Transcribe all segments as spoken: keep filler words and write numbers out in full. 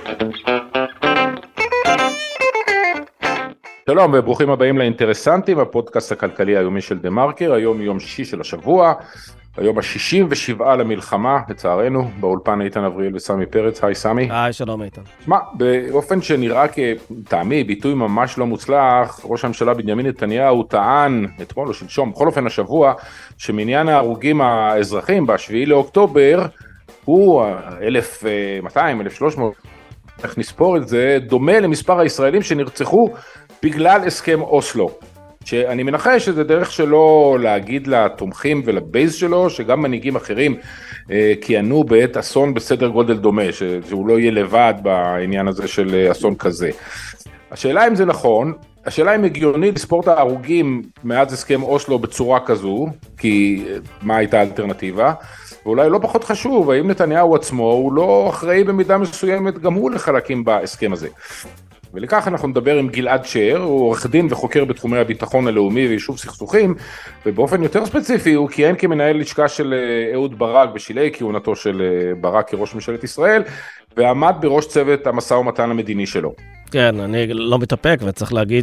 שלום וברוכים הבאים לאינטרסנטים, הפודקאסט הכלכלי היומי של דה מרקר. היום יום שישי של השבוע, היום ה-שישים ושבעה למלחמה, לצערנו. באולפן איתן אבריאל וסמי פרץ. היי סמי. היי, שלום איתן. שמע, באופן שנראה כטעמי, ביטוי ממש לא מוצלח, ראש הממשלה בנימין נתניהו טען, אתמול או שלשום, בכל אופן השבוע, שמניין ההרוגים האזרחים בשביעי לאוקטובר, הוא אלף ומאתיים, אלף ושלוש מאות, איך נספור את זה, דומה למספר הישראלים שנרצחו בגלל הסכם אוסלו, שאני מנחש שזה דרך שלו להגיד לתומכים ולבייס שלו, שגם מנהיגים אחרים אה, כיהנו בעת אסון בסדר גודל דומה, ש, שהוא לא יהיה לבד בעניין הזה של אסון כזה. השאלה אם זה נכון, השאלה אם הגיונית לספור את ההרוגים מאז הסכם אוסלו בצורה כזו, כי מה הייתה האלטרנטיבה, ואולי לא פחות חשוב, האם נתניהו עצמו הוא לא אחראי במידה מסוימת גם הוא לחלקים בהסכם הזה. ולכך אנחנו נדבר עם גלעד שר, הוא עורך דין וחוקר בתחומי הביטחון הלאומי ויישוב סכסוכים, ובאופן יותר ספציפי הוא כיהן כמנהל לשכה של אהוד ברק בשלהי כהונתו של ברק כראש ממשלת ישראל, ועמד בראש צוות המשא ומתן המדיני שלו. כן, אני לא מתאפק, וצריך להגיד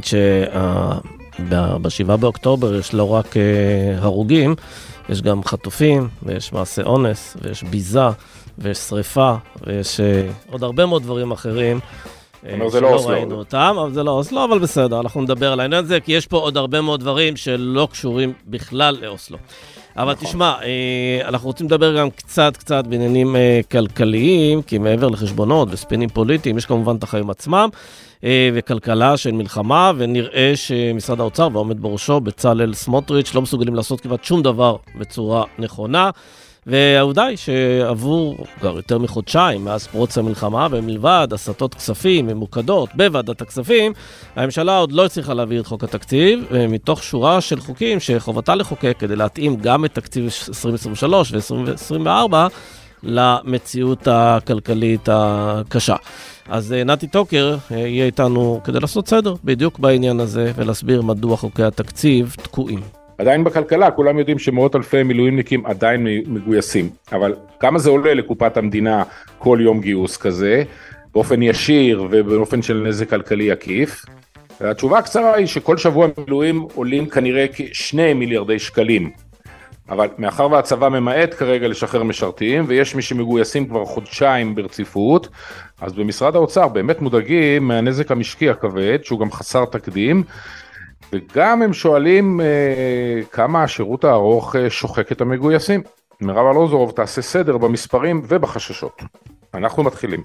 שבשבעה באוקטובר יש לא רק הרוגים, יש גם חטופים, ויש מעשה אונס, ויש ביזה, ויש שריפה, ויש עוד הרבה מאוד דברים אחרים. זה לא אוסלו. ראינו אותם, אבל זה לא אוסלו, אבל בסדר, אנחנו נדבר על העניין הזה, כי יש פה עוד הרבה מאוד דברים שלא קשורים בכלל לאוסלו. אבל תשמע, אנחנו רוצים לדבר גם קצת קצת בעניינים כלכליים, כי מעבר לחשבונות וספינים פוליטיים, יש כמובן את החיים עצמם, וכלכלה של מלחמה, ונראה שמשרד האוצר ועומד בראשו, בצלאל סמוטריץ', לא מסוגלים לעשות כמעט שום דבר בצורה נכונה, והעובדה היא שעבור כבר יותר מחודשיים מאז פרוץ המלחמה, ומלבד הסטות כספים ממוקדות בוועדת הכספים, הממשלה עוד לא הצליחה להעביר את חוק התקציב, מתוך שורה של חוקים שחובתה לחוקק כדי להתאים גם את תקציב עשרים עשרים ושלוש ו-עשרים עשרים וארבע למציאות הכלכלית הקשה. אז נתי טוקר יהיה איתנו כדי לעשות סדר בדיוק בעניין הזה, ולהסביר מדוע חוקי התקציב תקועים. עדיין בכלכלה, כולם יודעים שמאות אלפי מילואימניקים עדיין מגויסים, אבל כמה זה עולה לקופת המדינה כל יום גיוס כזה, באופן ישיר ובאופן של נזק כלכלי עקיף? התשובה הקצרה היא שכל שבוע מילואים עולים כנראה כשני מיליארדי שקלים, אבל מאחר והצבא ממעט כרגע לשחרר משרתים, ויש מי שמגויסים כבר חודשיים ברציפות, אז במשרד האוצר באמת מודאגים מהנזק המשקי הכבד, שהוא גם חסר תקדים, וגם הם שואלים אה, כמה השירות הארוך אה, שוחק את המגויסים. מירב ארלוזורוב תעשה סדר במספרים ובחששות. אנחנו מתחילים.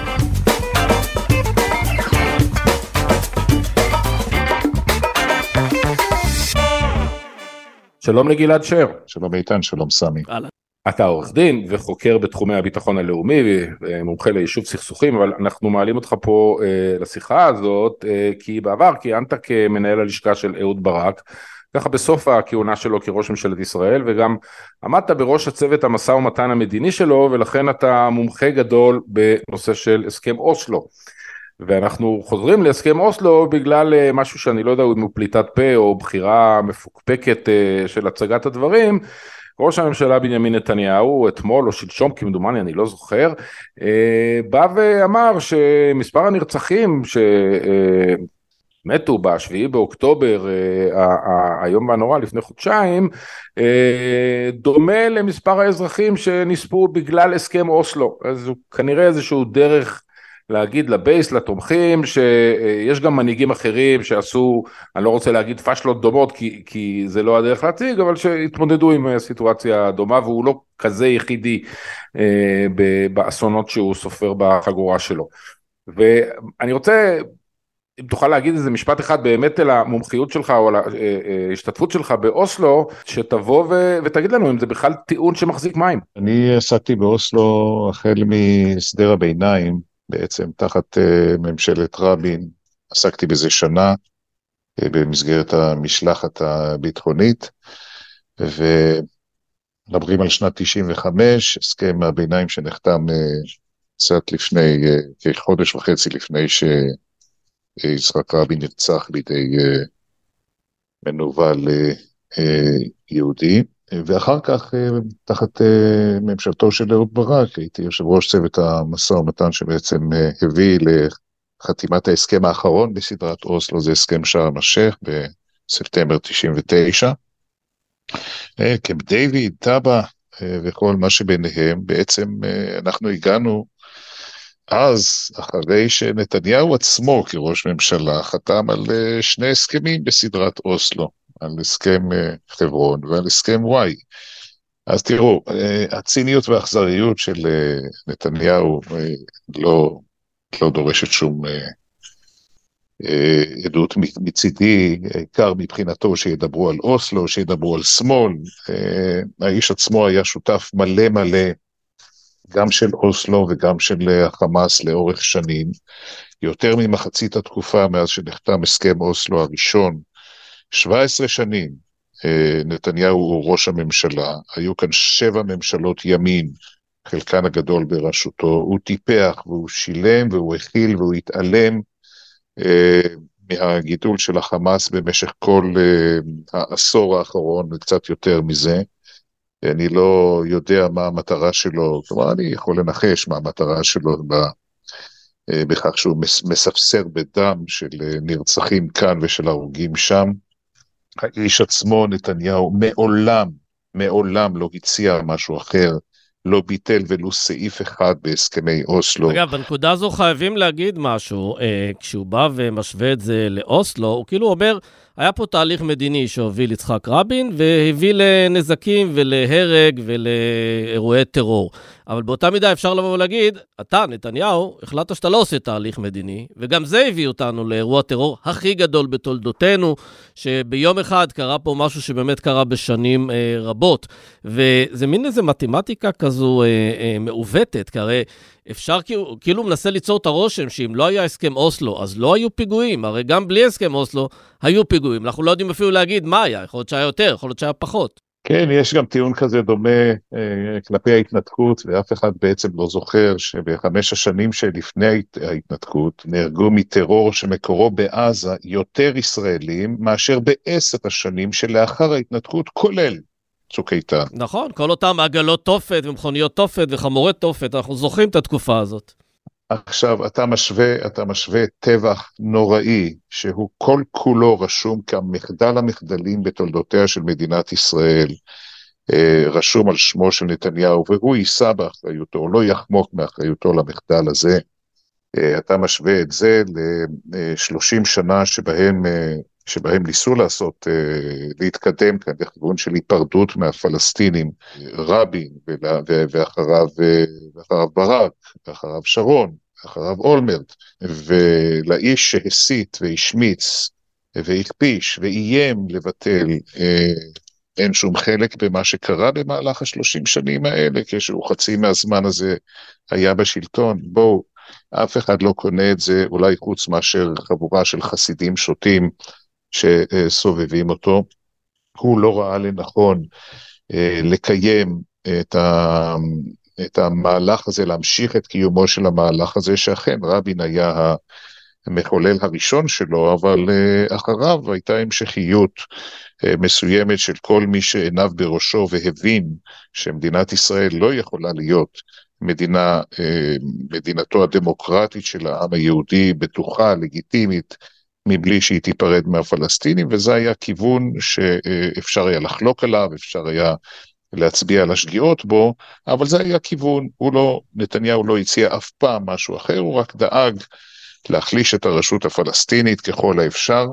שלום לגלעד שר. שלום איתן, שלום סמי. הלאה. אתה עורך דין וחוקר בתחומי הביטחון הלאומי ומומחה ליישוב סכסוכים, אבל אנחנו מעלים אותך פה אה, לשיחה הזאת, אה, כי בעבר כיהנת כמנהל הלשכה של אהוד ברק, ככה בסוף הכהונה שלו כראש ממשלת ישראל, וגם עמדת בראש הצוות המשא ומתן המדיני שלו, ולכן אתה מומחה גדול בנושא של הסכם אוסלו. ואנחנו חוזרים להסכם אוסלו בגלל משהו שאני לא יודע אם הוא פליטת פה או בחירה מפוקפקת אה, של הצגת הדברים. ראש הממשלה בנימין נתניהו, אתמול או שלשום כמדומני, אני לא זוכר, בא ואמר שמספר הנרצחים שמתו בשביעי באוקטובר, היום והנורא לפני חודשיים, דומה למספר האזרחים שנספו בגלל הסכם אוסלו. אז הוא כנראה איזשהו דרך להגיד לבייס, לתומכים, שיש גם מנהיגים אחרים שעשו, אני לא רוצה להגיד פשלות דומות, כי, כי זה לא הדרך להציג, אבל שהתמודדו עם סיטואציה דומה, והוא לא כזה יחידי אה, באסונות שהוא סופר בחגורה שלו. ואני רוצה, אם תוכל להגיד איזה משפט אחד באמת על המומחיות שלך, או על ההשתתפות שלך באוסלו, שתבוא ו- ותגיד לנו אם זה בכלל טיעון שמחזיק מים. אני עסקתי באוסלו החל מסדר הביניים, בעצם תחת uh, ממשלת רבין, עסקתי בזה שנה, uh, במסגרת המשלחת הביטחונית, ומדברים על שנת תשעים וחמש, הסכם הביניים שנחתם uh, קצת לפני, uh, כחודש וחצי לפני שיצחק רבין נרצח בידי uh, מנוול uh, uh, יהודי, ואחר כך, תחת ממשלתו של אהוד ברק, הייתי יושב ראש צוות המשא ומתן שבעצם הביא לחתימת ההסכם האחרון בסדרת אוסלו, זה הסכם שארם א-שייח בספטמבר תשעים ותשע. קמפ דיוויד, טאבה וכל מה שביניהם, בעצם אנחנו הגענו אז, אחרי שנתניהו עצמו כראש ממשלה חתם על שני הסכמים בסדרת אוסלו, על הסכם חברון ועל הסכם וואי. אז תראו, הציניות והאכזריות של נתניהו לא, לא דורשת שום עדות מצידי, עיקר מבחינתו שידברו על אוסלו, שידברו על שמאל. האיש עצמו היה שותף מלא מלא, גם של אוסלו וגם של החמאס לאורך שנים, יותר ממחצית התקופה מאז שנחתם הסכם אוסלו הראשון, שבע עשרה שנים, נתניהו הוא ראש הממשלה, היו כאן שבע ממשלות ימין, חלקן הגדול בראשותו, הוא טיפח והוא שילם והוא הכיל והוא התעלם מהגידול של החמאס במשך כל העשור האחרון וקצת יותר מזה. אני לא יודע מה המטרה שלו, כלומר אני יכול לנחש מה המטרה שלו בכך שהוא מספסר בדם של נרצחים כאן ושל הרוגים שם. האיש עצמו, נתניהו, מעולם, מעולם לא הציע משהו אחר, לא ביטל ולו סעיף אחד בהסכמי אוסלו. אגב, בנקודה הזו חייבים להגיד משהו, אה, כשהוא בא ומשווה את זה לאוסלו, הוא כאילו אומר, היה פה תהליך מדיני שהוביל יצחק רבין, והביא לנזקים ולהרג ולאירועי טרור. אבל באותה מידה אפשר לבוא ולהגיד, אתה, נתניהו, החלטת שאתה לא עושה תהליך מדיני, וגם זה הביא אותנו לאירוע טרור הכי גדול בתולדותינו, שביום אחד קרה פה משהו שבאמת קרה בשנים אה, רבות, וזה מין איזה מתמטיקה כזו אה, אה, מעוותת, כי הרי אפשר כאילו, כאילו מנסה ליצור את הרושם שאם לא היה הסכם אוסלו, אז לא היו פיגועים, הרי גם בלי הסכם אוסלו היו פיגועים, אנחנו לא יודעים אפילו להגיד מה היה, יכול להיות שהיה יותר, יכול להיות שהיה פחות. כן, יש גם טיעון כזה דומה אה, כלפי ההתנתקות, ואף אחד בעצם לא זוכר שבחמש השנים שלפני ההתנתקות נהרגו מטרור שמקורו בעזה יותר ישראלים מאשר בעשר השנים שלאחר ההתנתקות, כולל צוק איתן. נכון, כל אותם עגלות תופת ומכוניות תופת וחמורי תופת, אנחנו זוכרים את התקופה הזאת. עכשיו, אתה משווה, אתה משווה טבח נוראי, שהוא כל כולו רשום כמחדל המחדלים בתולדותיה של מדינת ישראל, רשום על שמו של נתניהו, והוא יישא באחריותו, הוא לא יחמוק מאחריותו למחדל הזה. אתה משווה את זה ל-שלושים שנה שבהם, שבהם ניסו לעשות, להתקדם כאן, לכיוון של היפרדות מהפלסטינים, רבין, ואחריו, ואחריו ברק, ואחריו שרון, ואחריו אולמרט, ולאיש שהסית והשמיץ, והכפיש, ואיים לבטל, אין שום חלק במה שקרה במהלך השלושים שנים האלה, כשהוא חצי מהזמן הזה היה בשלטון. בואו, אף אחד לא קונה את זה, אולי חוץ מאשר חבורה של חסידים שוטים שסובבים אותו. הוא לא ראה לנכון לקיים את, ה, את המהלך הזה, להמשיך את קיומו של המהלך הזה, שאכן רבין היה המחולל הראשון שלו, אבל אחריו הייתה המשכיות מסוימת של כל מי שעיניו בראשו והבין שמדינת ישראל לא יכולה להיות מדינה, מדינתו הדמוקרטית של העם היהודי, בטוחה, לגיטימית, מבלי שהיא תיפרד מהפלסטינים, וזה היה כיוון שאפשר היה לחלוק עליו, אפשר היה להצביע על השגיאות בו, אבל זה היה כיוון. הוא לא, נתניהו לא הציע אף פעם משהו אחר, הוא רק דאג להחליש את הרשות הפלסטינית ככל האפשר,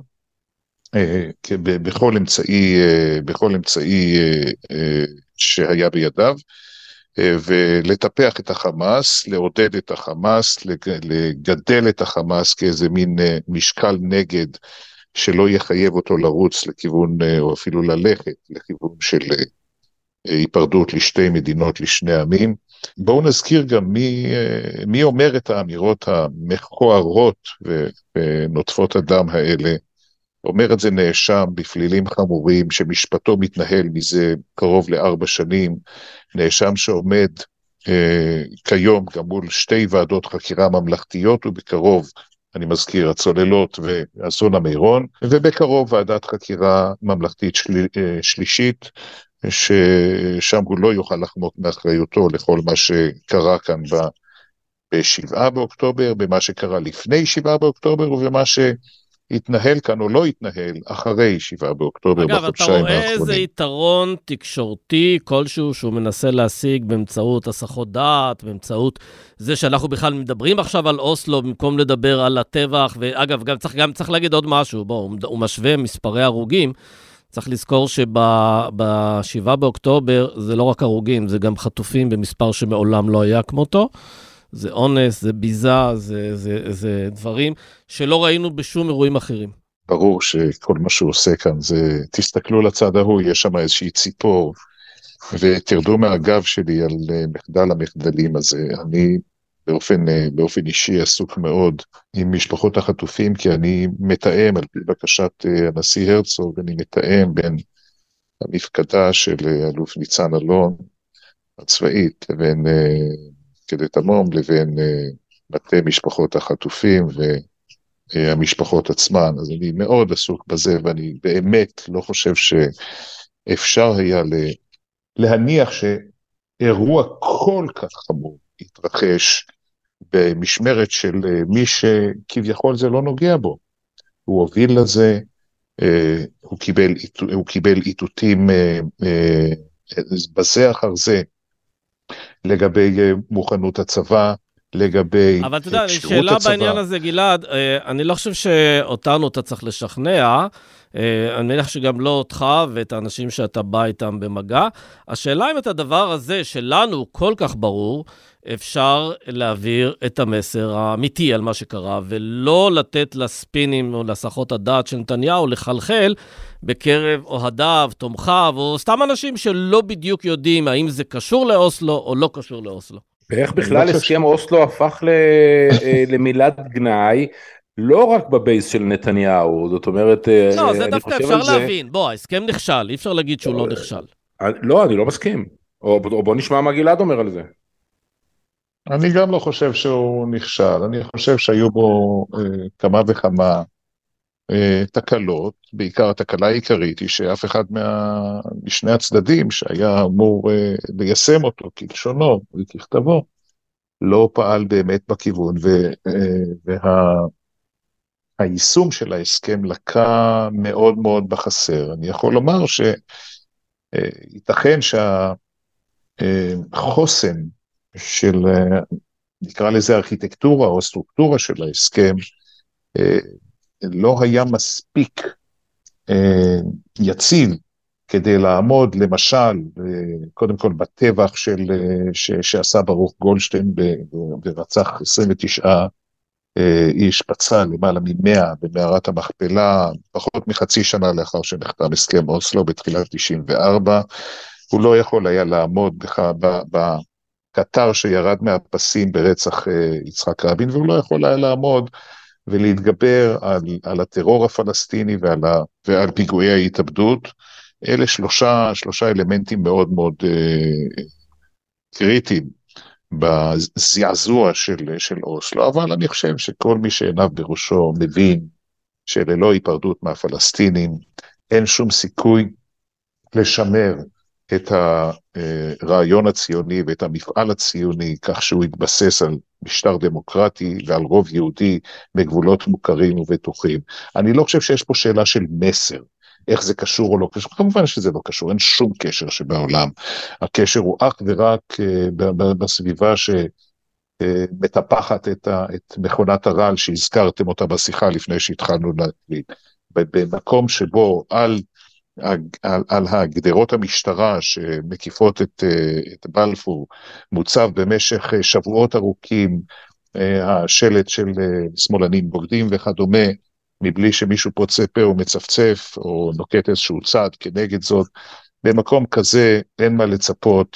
בכל אמצעי, בכל אמצעי שהיה בידיו, ולטפח את החמאס, לעודד את החמאס, לגדל את החמאס כאיזה מין משקל נגד, שלא יחייב אותו לרוץ לכיוון, או אפילו ללכת לכיוון של היפרדות לשתי מדינות, לשני עמים. בואו נזכיר גם מי, מי אומר את האמירות המכוערות ונוטפות הדם האלה. אומר את זה נאשם בפלילים חמורים, שמשפטו מתנהל מזה קרוב לארבע שנים, נאשם שעומד אה, כיום גם מול שתי ועדות חקירה ממלכתיות, ובקרוב, אני מזכיר, הצוללות ואסון המירון, ובקרוב ועדת חקירה ממלכתית של, אה, שלישית, ששם הוא לא יוכל לחמוק מאחריותו לכל מה שקרה כאן בשבעה באוקטובר, במה שקרה לפני שבעה באוקטובר, ובמה שהתנהל כאן או לא התנהל אחרי שבעה באוקטובר אגב, בחודשיים האחרונים. אגב, אתה רואה איזה יתרון תקשורתי כלשהו שהוא מנסה להשיג באמצעות הסחות דעת, באמצעות זה שאנחנו בכלל מדברים עכשיו על אוסלו, במקום לדבר על הטבח, ואגב, גם צריך, גם צריך להגיד עוד משהו, בוא, הוא משווה מספרי הרוגים, צריך לזכור שבשבעה באוקטובר זה לא רק הרוגים, זה גם חטופים במספר שמעולם לא היה כמותו, זה אונס, זה ביזה, זה, זה, זה דברים שלא ראינו בשום אירועים אחרים. ברור שכל מה שהוא עושה כאן זה, תסתכלו לצד ההוא, יש שם איזושהי ציפור, ותרדו מהגב שלי על מחדל המחדלים הזה. אני באופן, באופן אישי עסוק מאוד עם משפחות החטופים, כי אני מתאם על פי בקשת הנשיא הרצוג, אני מתאם בין המפקדה של אלוף ניצן אלון הצבאית, לבין כדי תמום, לבין מטה משפחות החטופים והמשפחות עצמן. אז אני מאוד עסוק בזה, ואני באמת לא חושב שאפשר היה להניח שאירוע כל כך חמור התרחש במשמרת של מי שכביכול זה לא נוגע בו. הוא הוביל לזה, הוא קיבל, הוא קיבל איתותים בזה אחר זה, לגבי מוכנות הצבא, לגבי אבל אתה יודע, שאלה בעניין הזה, גלעד, אני לא חושב שאותנו אתה צריך לשכנע, אני מניח שגם לא אותך ואת האנשים שאתה בא איתם במגע. השאלה אם את הדבר הזה שלנו כל כך ברור, אפשר להעביר את המסר האמיתי על מה שקרה, ולא לתת לספינים או לסחות הדעת של נתניהו לחלחל בקרב אוהדיו, תומכיו, או סתם אנשים שלא בדיוק יודעים האם זה קשור לאוסלו או לא קשור לאוסלו. ואיך בכלל הסכם אוסלו הפך למילת גנאי, לא רק בבייס של נתניהו, זאת אומרת, לא, זה דווקא אפשר להבין, בוא, ההסכם נכשל, אי אפשר להגיד שהוא לא נכשל. לא, אני לא מסכים, או בוא נשמע מה גלעד אומר על זה. אני גם לא חושב שהוא נכשל, אני חושב שהיו בו כמה וכמה תקלות, בעיקר התקלה העיקרית היא שאף אחד משני הצדדים שהיה אמור ליישם אותו כלשונו וככתבו, לא פעל באמת בכיוון, והיישום של ההסכם לקה מאוד מאוד בחסר. אני יכול לומר שייתכן שהחוסן של, נקרא לזה ארכיטקטורה או סטרוקטורה של ההסכם, לא היה מספיק יציב כדי לעמוד, למשל, קודם כל בטבח של, ש, שעשה ברוך גולדשטיין ורצח עשרים ותשעה איש, פצע למעלה ממאה במערת המכפלה, פחות מחצי שנה לאחר שנחתם הסכם אוסלו בתחילת תשעים וארבע, הוא לא יכול היה לעמוד בקטר שירד מהפסים ברצח יצחק רבין, והוא לא יכול היה לעמוד ולהתגבר על, על הטרור הפלסטיני ועל, ה, ועל פיגועי ההתאבדות. אלה שלושה, שלושה אלמנטים מאוד מאוד אה, קריטיים בזעזוע של, של אוסלו, אבל אני חושב שכל מי שעיניו בראשו מבין שללא היפרדות מהפלסטינים, אין שום סיכוי לשמר את הרעיון הציוני ואת המפעל הציוני, כך שהוא יתבסס על משטר דמוקרטי ועל רוב יהודי בגבולות מוכרים ובטוחים. אני לא חושב שיש פה שאלה של מסר, איך זה קשור או לא קשור, כמובן שזה לא קשור, אין שום קשר שבעולם. הקשר הוא אך ורק בסביבה שמטפחת את, את מכונת הרעל שהזכרתם אותה בשיחה לפני שהתחלנו להקליט. במקום שבו על על, על הגדרות המשטרה שמקיפות את, את בלפור, מוצב במשך שבועות ארוכים השלט של שמאלנים בוגדים וכדומה, מבלי שמישהו פוצה פה או מצפצף או נוקט איזשהו צעד כנגד זאת. במקום כזה אין מה לצפות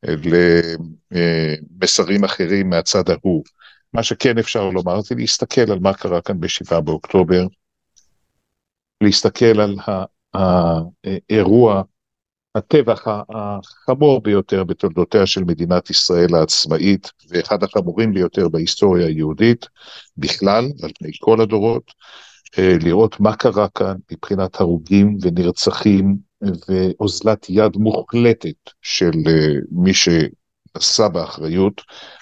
למסרים אחרים מהצד ההוא. מה שכן אפשר לומר זה להסתכל על מה קרה כאן בשבעה באוקטובר, להסתכל על ה האירוע, הטבח החמור ביותר בתולדותיה של מדינת ישראל העצמאית, ואחד החמורים ביותר בהיסטוריה היהודית, בכלל, על פני כל הדורות, לראות מה קרה כאן מבחינת הרוגים ונרצחים ואוזלת יד מוחלטת של מי שנשא באחריות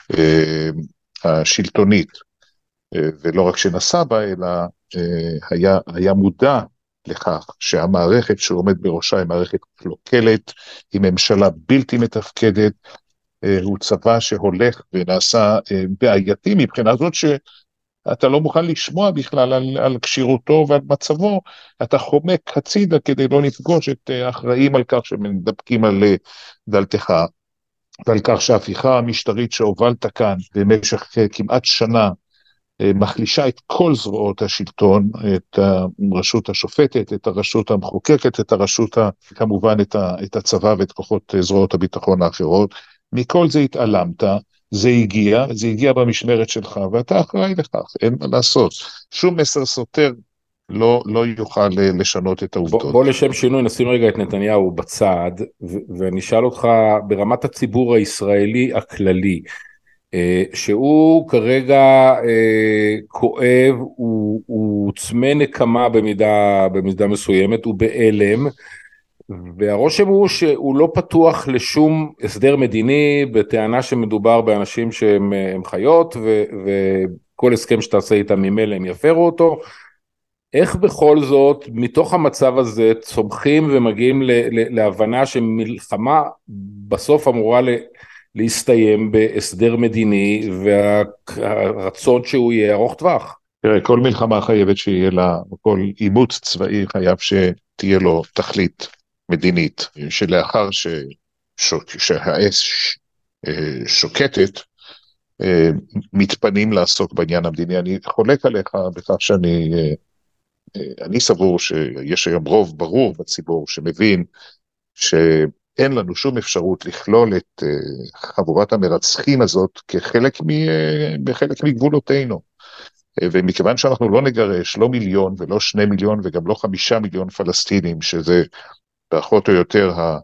השלטונית, ולא רק שנשא בה, אלא היה, היה מודע לכך שהמערכת שעומד בראשה היא מערכת קלוקלת, היא ממשלה בלתי מתפקדת, הוא צבא שהולך ונעשה בעייתי מבחינה זאת שאתה לא מוכן לשמוע בכלל על, על קשירותו ועל מצבו, אתה חומק הצידה כדי לא לפגוש את האחראים על כך שמדבקים על דלתך, ועל כך שההפיכה המשטרית שהובלת כאן במשך כמעט שנה, מחלישה את כל זרועות השלטון, את הרשות השופטת, את הרשות המחוקקת, את הרשות, כמובן את הצבא ואת כוחות זרועות הביטחון האחרות, מכל זה התעלמת, זה הגיע, זה הגיע במשמרת שלך, ואתה אחראי לכך, אין מה לעשות. שום מסר סותר לא, לא יוכל לשנות את העובדות. בוא, בוא לשם שינוי נשים רגע את נתניהו בצד, ו- ואני אשאל אותך ברמת הציבור הישראלי הכללי, שהוא כרגע כואב, הוא, הוא צמא נקמה במידה, במידה מסוימת, הוא באלם, והרושם הוא שהוא לא פתוח לשום הסדר מדיני, בטענה שמדובר באנשים שהם חיות, ו, וכל הסכם שתעשה איתם ממילא הם יפרו אותו. איך בכל זאת, מתוך המצב הזה, צומחים ומגיעים ל, ל, להבנה שמלחמה בסוף אמורה ל... להסתיים בהסדר מדיני, והרצון שהוא יהיה ארוך טווח? תראה, כל מלחמה חייבת שיהיה לה, כל אימוץ צבאי חייב שתהיה לו תכלית מדינית, שלאחר שהאש שוקטת, מתפנים לעסוק בעניין המדיני. אני חולק עליך בכך שאני אני סבור שיש היום רוב ברור בציבור שמבין ש... אין לנו שום אפשרות לכלול את uh, חבורת המרצחים הזאת כחלק מ, uh, בחלק מגבולותינו. Uh, ומכיוון שאנחנו לא נגרש, לא מיליון ולא שני מיליון וגם לא חמישה מיליון פלסטינים, שזה פחות או יותר ה,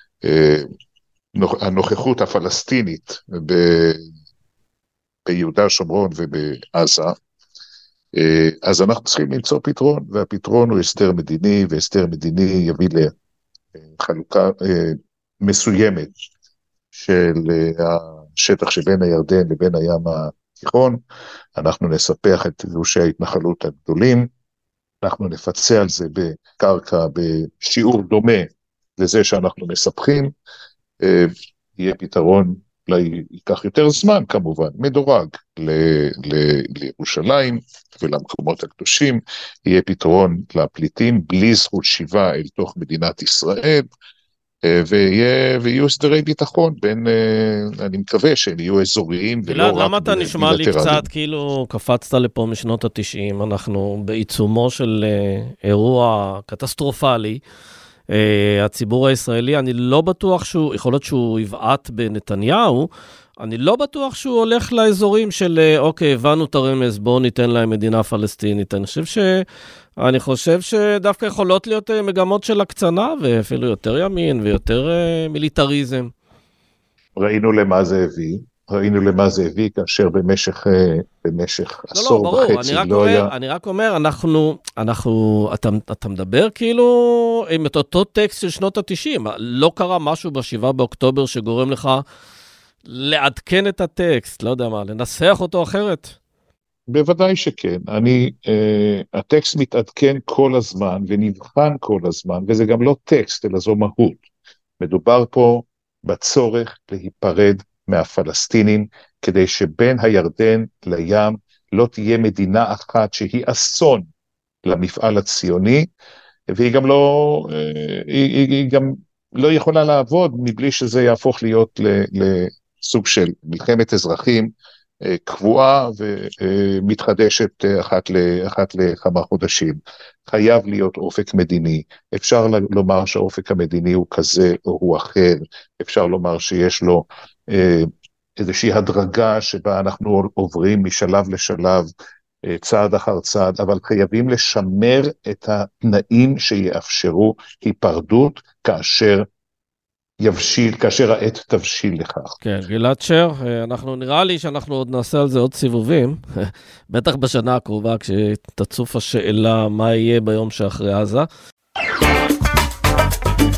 uh, הנוכחות הפלסטינית ב, ביהודה, שומרון ובעזה, uh, אז אנחנו צריכים למצוא פתרון, והפתרון הוא הסדר מדיני, והסדר מדיני יביא ל... חלוקה אה, מסוימת של אה, השטח שבין הירדן לבין הים התיכון, אנחנו נספח את גושי ההתנחלות הגדולים, אנחנו נפצה על זה בקרקע בשיעור דומה לזה שאנחנו מספחים, אה, יהיה פתרון, אולי ייקח יותר זמן כמובן, מדורג ל, ל, לירושלים ולמקומות הקדושים, יהיה פתרון לפליטים בלי זכות שיבה אל תוך מדינת ישראל, ויהיה, ויהיו סדרי ביטחון בין, אני מקווה שהם יהיו אזוריים ולא רק בילטרליים. למה אתה נשמע לי קצת כאילו קפצת לפה משנות התשעים, אנחנו בעיצומו של אירוע קטסטרופלי, Uh, הציבור הישראלי, אני לא בטוח שהוא, יכול להיות שהוא יבעט בנתניהו, אני לא בטוח שהוא הולך לאזורים של, אוקיי, הבנו את הרמז, בואו ניתן להם מדינה פלסטינית. אני חושב ש... אני חושב שדווקא יכולות להיות מגמות של הקצנה, ואפילו יותר ימין ויותר uh, מיליטריזם. ראינו למה זה הביא. ראינו למה זה הביא, כאשר במשך, במשך לא, עשור לא, ברור, וחצי אני רק לא אומר, היה... אני רק אומר, אנחנו, אנחנו, אתה, אתה מדבר כאילו עם את אותו טקסט של שנות התשעים, לא קרה משהו בשבעה באוקטובר שגורם לך לעדכן את הטקסט, לא יודע מה, לנסח אותו אחרת? בוודאי שכן, אני, uh, הטקסט מתעדכן כל הזמן ונבחן כל הזמן, וזה גם לא טקסט, אלא זו מהות. מדובר פה בצורך להיפרד מהפלסטינים, כדי שבין הירדן לים לא תהיה מדינה אחת שהיא אסון למפעל הציוני, והיא גם לא, היא, היא, היא גם לא יכולה לעבוד מבלי שזה יהפוך להיות לסוג של מלחמת אזרחים קבועה ומתחדשת אחת, אחת לכמה חודשים. חייב להיות אופק מדיני, אפשר לומר שהאופק המדיני הוא כזה או הוא אחר, אפשר לומר שיש לו איזושהי הדרגה שבה אנחנו עוברים משלב לשלב, צעד אחר צעד, אבל חייבים לשמר את התנאים שיאפשרו היפרדות כאשר יבשיל, כאשר העת תבשיל לכך. כן, גלעד שר, אנחנו נראה לי שאנחנו עוד נעשה על זה עוד סיבובים, בטח בשנה הקרובה כשתצוף השאלה מה יהיה ביום שאחרי עזה.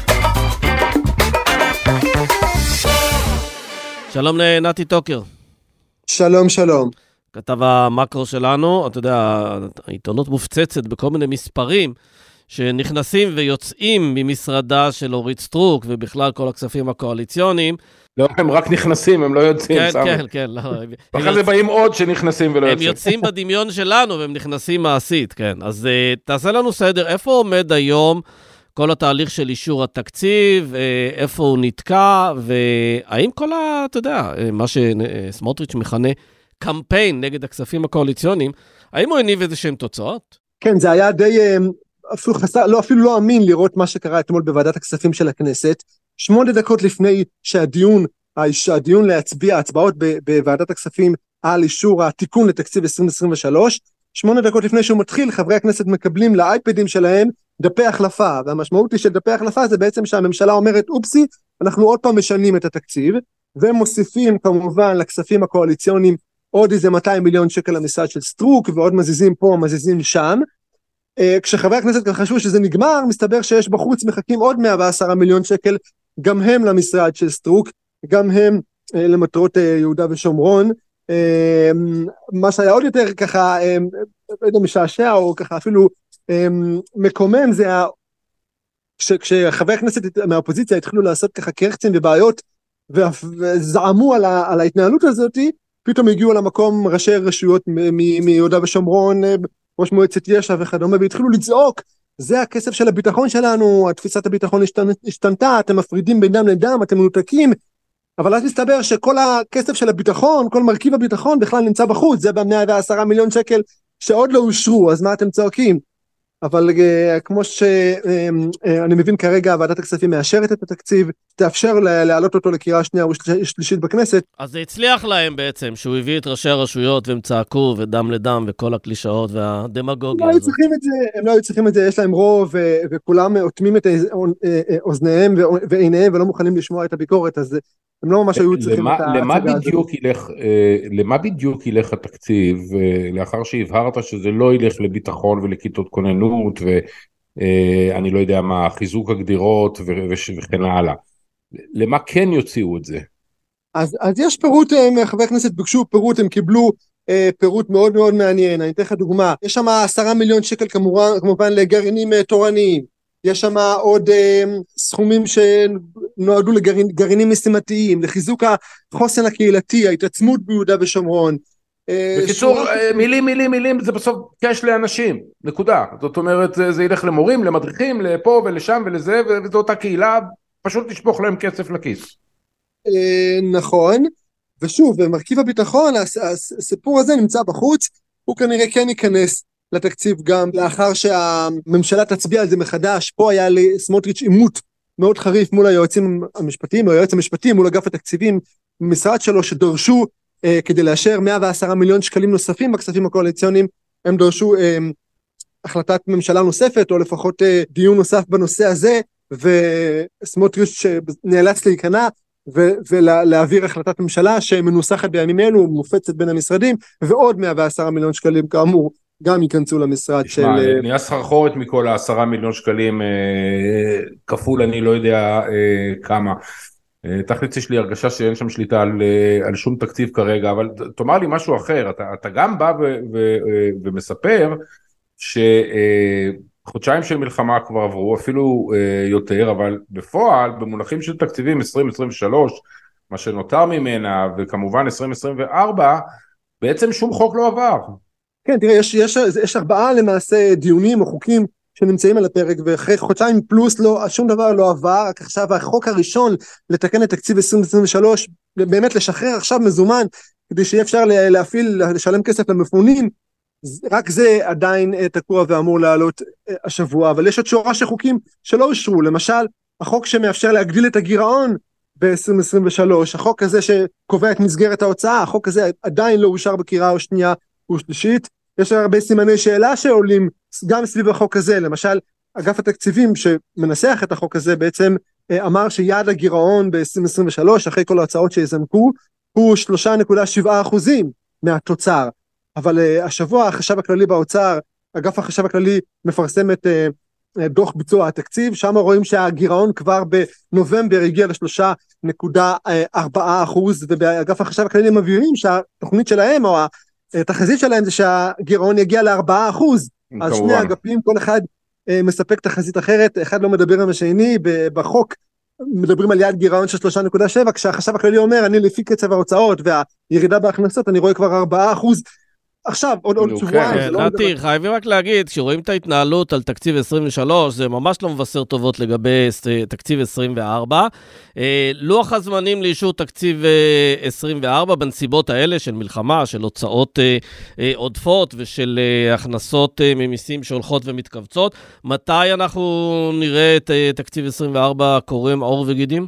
שלום לנתי טוקר. שלום, שלום. כתב המקרו שלנו, אתה יודע, העיתונות מופצצת בכל מיני מספרים שנכנסים ויוצאים ממשרדה של אורית סטרוק, ובכלל כל הכספים הקואליציוניים. לא, הם רק נכנסים, הם לא יוצאים. כן, כן, כן. ואחרי זה באים עוד שנכנסים ולא יוצאים. הם יוצאים בדמיון שלנו, והם נכנסים מעשית, כן. אז תעשה לנו סדר, איפה עומד היום כל התהליך של אישור התקציב, איפה הוא נתקע, והאם כל ה, אתה יודע, מה שסמוטריץ' מכנה קמפיין נגד הכספים הקואליציוניים, האם הוא הניב איזה שהן תוצאות? כן, זה היה די, אפילו, חסר, לא, אפילו לא אמין לראות מה שקרה אתמול בוועדת הכספים של הכנסת, שמונה דקות לפני שהדיון, הדיון להצביע, הצבעות בוועדת הכספים על אישור התיקון לתקציב עשרים עשרים ושלוש, שמונה דקות לפני שהוא מתחיל, חברי הכנסת מקבלים לאייפדים שלהם דפי החלפה, והמשמעות היא של דפי החלפה זה בעצם שהממשלה אומרת, אופסי, אנחנו עוד פעם משנים את התקציב, והם מוסיפים כמובן לכספים הקואליציוניים עוד איזה מאתיים מיליון שקל למשרד של סטרוק, ועוד מזיזים פה, מזיזים שם. כשחברי הכנסת חשבו שזה נגמר, מסתבר שיש בחוץ מחכים עוד מאה ועשרה מיליון שקל, גם הם למשרד של סטרוק, גם הם למטרות יהודה ושומרון. מה שהיה עוד יותר ככה, לא יודע, משעשע או ככה אפילו מקומם, זה כשחברי הכנסת מהאופוזיציה התחילו לעשות ככה קרחצים ובעיות, וזעמו על, ה, על ההתנהלות הזאת, פתאום הגיעו למקום ראשי רשויות מיהודה ושומרון, ראש מועצת יש"ע וכדומה, והתחילו לצעוק, זה הכסף של הביטחון שלנו, התפיסת הביטחון השתנתה, אתם מפרידים בין דם לדם, אתם מנותקים, אבל אז מסתבר שכל הכסף של הביטחון, כל מרכיב הביטחון בכלל נמצא בחוץ, זה ב-מאה ועשרה מיליון שקל שעוד לא אושרו, אז מה אתם צועקים? אבל כמו שאני מבין כרגע, ועדת הכספים מאשרת את התקציב, תאפשר להעלות אותו לקריאה שנייה ושלישית בכנסת. אז זה הצליח להם בעצם, שהוא הביא את ראשי הרשויות והם צעקו ודם לדם וכל הקלישאות והדמגוגיה. הם לא היו צריכים את זה, הם לא היו צריכים את זה, יש להם רוב וכולם אוטמים את אוזניהם ועיניהם ולא מוכנים לשמוע את הביקורת, אז הם לא ממש היו צריכים את ההצגה הזאת. למה בדיוק ילך התקציב, לאחר שהבהרת שזה לא ילך לביטחון ולכיתות כוננות, ואני לא יודע מה, חיזוק הגדירות וכן הלאה. למה כן יוציאו את זה? אז, אז יש פירוט, חברי הכנסת ביקשו פירוט, הם קיבלו פירוט מאוד מאוד מעניין, אני אתן לך דוגמה, יש שם עשרה מיליון שקל כמובן, כמובן לגרעינים תורניים, יש שם עוד סכומים שנועדו לגרעינים משימתיים, לחיזוק החוסן הקהילתי, ההתעצמות ביהודה ושומרון. בקיצור, מילים, מילים, מילים, זה בסוף קש לאנשים, נקודה. זאת אומרת, זה ילך למורים, למדריכים, לפה ולשם ולזה, וזו אותה קהילה, פשוט תשפוך להם כסף לכיס. נכון, ושוב, במרכיב הביטחון, הסיפור הזה נמצא בחוץ, הוא כנראה כן ייכנס לתקציב גם לאחר שהממשלה תצביע על זה מחדש. פה היה לסמוטריץ' עימות מאוד חריף מול היועצים המשפטיים, או היועץ המשפטי מול אגף התקציבים במשרד שלו, שדורשו אה, כדי לאשר מאה ועשרה מיליון שקלים נוספים בכספים הקואליציוניים, הם דורשו אה, החלטת ממשלה נוספת, או לפחות אה, דיון נוסף בנושא הזה, וסמוטריץ' נאלץ להיכנע, ולהעביר החלטת ממשלה שמנוסחת בימים אלו, מופצת בין המשרדים, ועוד מאה ועשרה מיליון שקלים כאמור, גם ייכנסו למשרד של... נהיה סחרחורת מכל העשרה מיליון שקלים, כפול אני לא יודע כמה. תכלס יש לי הרגשה שאין שם שליטה על, על שום תקציב כרגע, אבל תאמר לי משהו אחר, אתה, אתה גם בא ו, ו, ומספר שחודשיים של מלחמה כבר עברו, אפילו יותר, אבל בפועל, במונחים של תקציבים עשרים עשרים ושלוש, מה שנותר ממנה, וכמובן עשרים עשרים וארבע, בעצם שום חוק לא עבר. כן, תראה, יש, יש, יש ארבעה למעשה דיונים או חוקים שנמצאים על הפרק, ואחרי חודשיים פלוס לא, שום דבר לא עבר, רק עכשיו החוק הראשון לתקן את תקציב עשרים עשרים ושלוש, באמת לשחרר עכשיו מזומן, כדי שיהיה אפשר להפעיל, לשלם כסף למפונים, רק זה עדיין תקוע ואמור לעלות השבוע, אבל יש עוד שורה של חוקים שלא אושרו, למשל, החוק שמאפשר להגדיל את הגירעון ב-עשרים עשרים ושלוש, החוק הזה שקובע את מסגרת ההוצאה, החוק הזה עדיין לא אושר בקריאה או שנייה ושלישית, יש הרבה סימני שאלה שעולים גם סביב החוק הזה, למשל אגף התקציבים שמנסח את החוק הזה בעצם אמר שיעד הגירעון ב-עשרים עשרים ושלוש אחרי כל ההוצאות שיזנקו הוא שלושה נקודה שבעה אחוזים מהתוצר, אבל השבוע החשב הכללי באוצר, אגף החשב הכללי מפרסם את דוח ביצוע התקציב, שם רואים שהגירעון כבר בנובמבר הגיע ל-שלושה נקודה ארבעה אחוז, ובאגף החשב הכללי מבהירים שהתוכנית שלהם או התחזית שלהם זה שהגירעון יגיע ל-ארבעה אחוז, אז שני אגפים, כל אחד מספק תחזית אחרת, אחד לא מדבר עם השני, בחוק מדברים על יעד גירעון של שלושה נקודה שבע, כשהחשב הכללי אומר, אני לפי קצב ההוצאות והירידה בהכנסות, אני רואה כבר ארבעה אחוז, עכשיו, עוד עוד שבועיים. נתי, חייבים רק להגיד, כשרואים את ההתנהלות על תקציב עשרים ושלוש, זה ממש לא מבשר טובות לגבי תקציב עשרים וארבע. לוח הזמנים לאישור תקציב עשרים וארבע, בנסיבות האלה של מלחמה, של הוצאות עודפות ושל הכנסות ממיסים שהולכות ומתכווצות, מתי אנחנו נראה את תקציב עשרים וארבע קורם עור וגידים?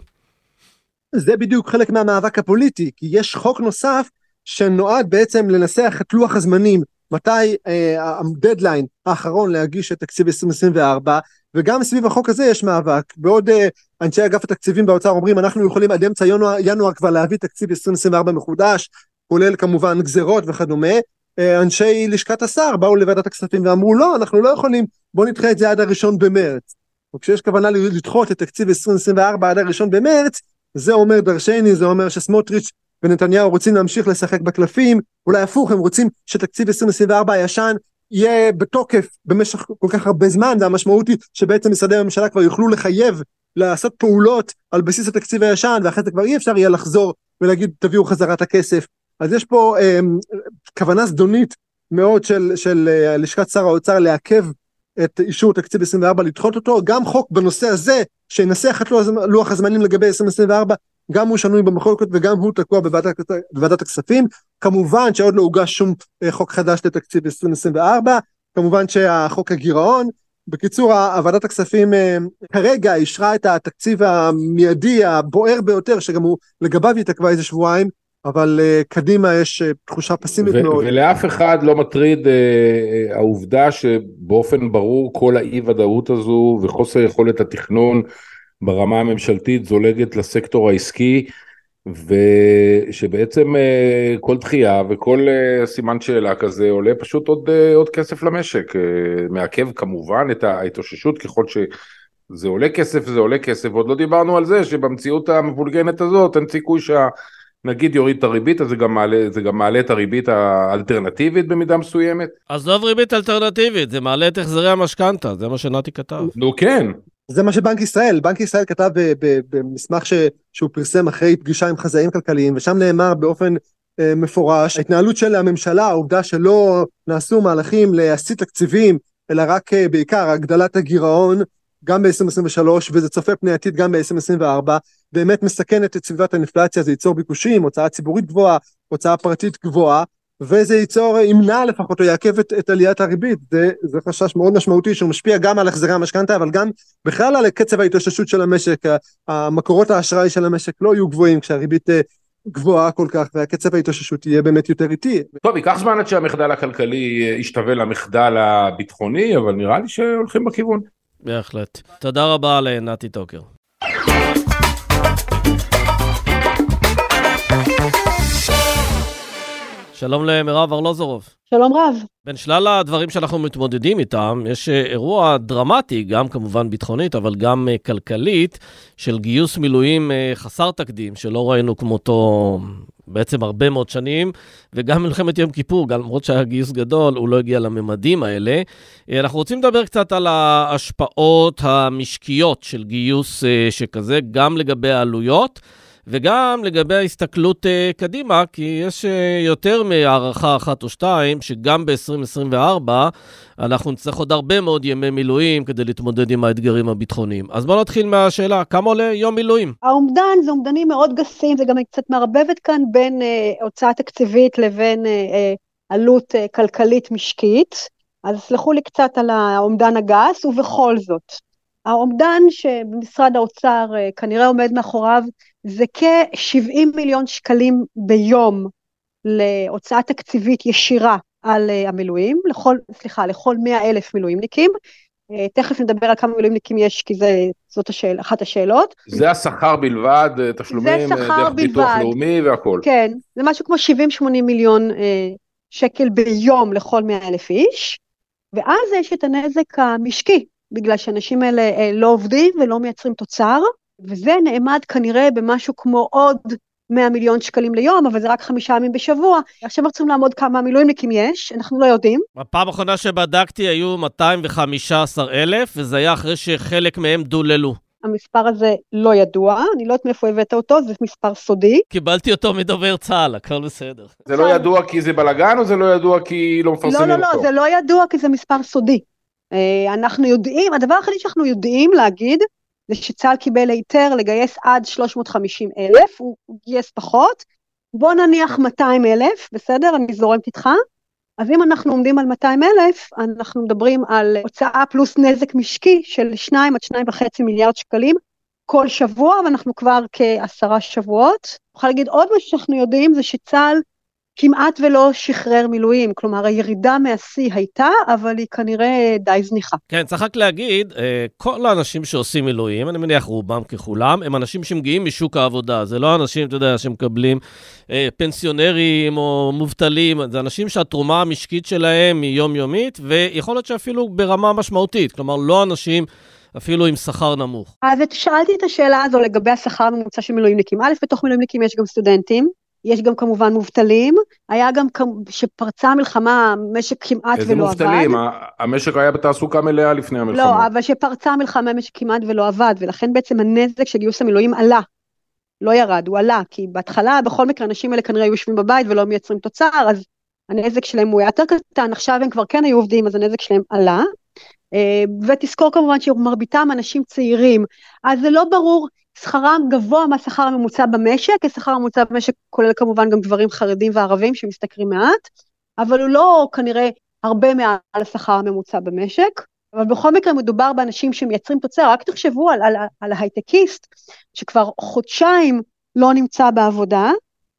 זה בדיוק חלק מהמאבק הפוליטי, כי יש חוק נוסף, שנועד בעצם לנסח את לוח הזמנים, מתי אה, הדדליין האחרון להגיש את תקציב עשרים עשרים וארבע, וגם סביב החוק הזה יש מאבק, בעוד אה, אנשי אגף התקציבים באוצר אומרים, אנחנו יכולים עד אמצע ינואר, ינואר כבר להביא תקציב עשרים עשרים וארבע מחודש, כולל כמובן גזרות וכדומה, אה, אנשי לשכת השר באו לוועדת הכספים ואמרו, לא, אנחנו לא יכולים, בוא נדחה את זה עד הראשון במרץ, וכשיש כוונה לדחות את תקציב עשרים עשרים וארבע עד הראשון במרץ, זה אומר דרשני, זה אומר שסמוטריץ' ונתניהו רוצים להמשיך לשחק בקלפים, אולי הפוך, הם רוצים שתקציב עשרים עשרים וארבע הישן יהיה בתוקף במשך כל כך הרבה זמן, והמשמעות היא שבעצם משרדי הממשלה כבר יוכלו לחייב לעשות פעולות על בסיס התקציב הישן, ואחרי זה כבר אי אפשר יהיה לחזור ולהגיד תביאו חזרת הכסף. אז יש פה אה, כוונה זדונית מאוד של, של אה, לשכת שר האוצר לעכב את אישור תקציב עשרים וארבע, לדחות אותו, גם חוק בנושא הזה, שינסח את לוח הזמנים לגבי עשרים עשרים וארבע, גם הוא שנוי במחלוקת וגם הוא תקוע בוועדת, בוועדת הכספים, כמובן שעוד לא הוגש שום חוק חדש לתקציב עשרים עשרים וארבע, כמובן שהחוק הגירעון, בקיצור ועדת הכספים כרגע אישרה את התקציב המיידי הבוער ביותר, שגם הוא לגביו יתקבע איזה שבועיים, אבל uh, קדימה יש uh, תחושה פסימית ו- מאוד. ולאף אחד לא מטריד uh, uh, העובדה שבאופן ברור כל האי ודאות הזו וחוסר יכולת התכנון ברמה הממשלתית זולגת לסקטור העסקי, ושבעצם uh, כל דחייה וכל uh, סימן שאלה כזה עולה פשוט עוד, uh, עוד כסף למשק, uh, מעכב כמובן את ההתאוששות ככל שזה עולה כסף, זה עולה כסף, ועוד לא דיברנו על זה שבמציאות המבולגנת הזאת אין סיכוי שה... נגיד יוריד את הריבית, אז זה גם מעלה, זה גם מעלה את הריבית האלטרנטיבית במידה מסוימת. אז לא ריבית אלטרנטיבית, זה מעלה את החזרי המשכנתה, זה מה שנתי כתב. נו כן. זה מה שבנק ישראל, בנק ישראל כתב במסמך ש, שהוא פרסם אחרי פגישה עם חזאים כלכליים, ושם נאמר באופן אה, מפורש, ההתנהלות של הממשלה, העובדה שלא נעשו מהלכים להסיט תקציבים, אלא רק אה, בעיקר הגדלת הגירעון, גם ב-עשרים עשרים ושלוש, וזה צופה פני עתיד גם ב-עשרים עשרים וארבע, באמת מסכנת את סביבת האינפלציה, זה ייצור ביקושים, הוצאה ציבורית גבוהה, הוצאה פרטית גבוהה, וזה ייצור, ימנע לפחות, או יעכב את, את עליית הריבית, זה, זה חשש מאוד משמעותי, שהוא משפיע גם על החזרי המשכנתה, אבל גם בכלל על קצב ההתאוששות של המשק, המקורות האשראי של המשק לא יהיו גבוהים, כשהריבית גבוהה כל כך, והקצב ההתאוששות יהיה באמת יותר איטי. טוב, ייקח זמן עד שהמחדל הכלכלי ישתווה למחדל הביטחוני, אבל נראה לי שהולכים בכיוון. בהחלט. תודה רבה לנתי טוקר. שלום למירב ארלוזורוב. שלום רב. בין שלל הדברים שאנחנו מתמודדים איתם, יש אירוע דרמטי, גם כמובן ביטחונית, אבל גם כלכלית, של גיוס מילואים חסר תקדים, שלא ראינו כמותו בעצם הרבה מאוד שנים, וגם מלחמת יום כיפור, גם למרות שהיה גיוס גדול, הוא לא הגיע לממדים האלה. אנחנו רוצים לדבר קצת על ההשפעות המשקיות של גיוס שכזה, גם לגבי העלויות, וגם לגבי ההסתכלות uh, קדימה, כי יש uh, יותר מהערכה אחת או שתיים, שגם ב-עשרים עשרים וארבע אנחנו נצטרך עוד הרבה מאוד ימי מילואים כדי להתמודד עם האתגרים הביטחוניים. אז בואו נתחיל מהשאלה, כמה עולה יום מילואים? האומדן זה אומדנים מאוד גסים, זה גם קצת מערבבת כאן בין uh, הוצאה תקציבית לבין uh, uh, עלות uh, כלכלית משקית, אז סלחו לי קצת על האומדן הגס, ובכל זאת, האומדן שבמשרד האוצר uh, כנראה עומד מאחוריו, זה כ-שבעים מיליון שקלים ביום להוצאה תקציבית ישירה על uh, המילואים, לכל, סליחה, לכל מאה אלף מילואימניקים. Uh, תכף נדבר על כמה מילואימניקים יש, כי זה, זאת השאל, אחת השאלות. זה השכר בלבד, תשלומים דרך ביטוח לאומי והכל. כן, זה משהו כמו שבעים שמונים מיליון uh, שקל ביום לכל מאה אלף איש, ואז יש את הנזק המשקי, בגלל שאנשים האלה לא עובדים ולא מייצרים תוצר, וזה נעמד כנראה במשהו כמו עוד מאה מיליון שקלים ליום, אבל זה רק חמישה ימים בשבוע. עכשיו אנחנו צריכים לעמוד כמה מילואימניקים יש, אנחנו לא יודעים. בפעם האחרונה שבדקתי היו מאתיים וחמישה עשר אלף, וזה היה אחרי שחלק מהם דוללו. המספר הזה לא ידוע, אני לא יודעת מאיפה הבאת אותו, זה מספר סודי. קיבלתי אותו מדובר צה"ל, הכל בסדר. זה לא ידוע כי זה בלגן, או זה לא ידוע כי לא מפרסמים אותו? לא, לא, לא, זה לא ידוע כי זה מספר סודי. אנחנו יודעים, הדבר היחידי שאנחנו יודעים להגיד, זה שצה"ל קיבל היתר לגייס עד שלוש מאות וחמישים אלף, הוא גייס פחות, בוא נניח מאתיים אלף, בסדר, אני זורמת איתך, אז אם אנחנו עומדים על מאתיים אלף, אנחנו מדברים על הוצאה פלוס נזק משקי של שניים עד שניים וחצי מיליארד שקלים כל שבוע, ואנחנו כבר כעשרה שבועות. נוכל להגיד עוד מה שאנחנו יודעים, זה שצה"ל כמעט ולא שחרר מילואים, כלומר הירידה מהשיא הייתה, אבל היא כנראה די זניחה. כן, צריך רק להגיד, כל האנשים שעושים מילואים, אני מניח רובם ככולם, הם אנשים שמגיעים משוק העבודה, זה לא אנשים, אתה יודע, שמקבלים פנסיונרים או מובטלים, זה אנשים שהתרומה המשקית שלהם היא יומיומית, ויכול להיות שאפילו ברמה משמעותית, כלומר לא אנשים אפילו עם שכר נמוך. אז שאלתי את השאלה הזו לגבי השכר הממוצע של מילואימניקים. א', בתוך מילואימניקים יש גם סטודנטים, יש גם כמובן מובטלים, היה גם שפרצה המלחמה, המשק כמעט ולא עבד. איזה מובטלים? המשק היה בתעסוקה מלאה לפני המלחמה. לא, אבל שפרצה המלחמה, המשק כמעט ולא עבד, ולכן בעצם הנזק של גיוס המילואים עלה, לא ירד, הוא עלה, כי בהתחלה, בכל מקרה, אנשים האלה כנראה יושבים בבית ולא מייצרים תוצר, אז הנזק שלהם הוא היה יותר קטן, עכשיו הם כבר כן היו עובדים, אז הנזק שלהם עלה, ותזכור כמובן שמרביתם אנשים צעירים, אז זה לא ברור, שכרם גבוה מהשכר הממוצע במשק, כי שכר הממוצע במשק כולל כמובן גם גברים חרדים וערבים שמשתכרים מעט, אבל הוא לא כנראה הרבה מעל השכר הממוצע במשק, אבל בכל מקרה מדובר באנשים שמייצרים תוצר, רק תחשבו על, על, על ההייטקיסט, שכבר חודשיים לא נמצא בעבודה,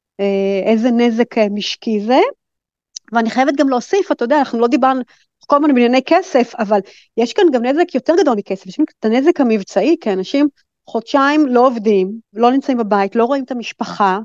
איזה נזק משקי זה, ואני חייבת גם להוסיף, אתה יודע, אנחנו לא דיברנו כל הזמן בענייני כסף, אבל יש כאן גם נזק יותר גדול מכסף, יש כאן את הנזק המבצעי, כי אנשים חודשיים לא עובדים, לא נמצאים בבית, לא רואים את המשפחה,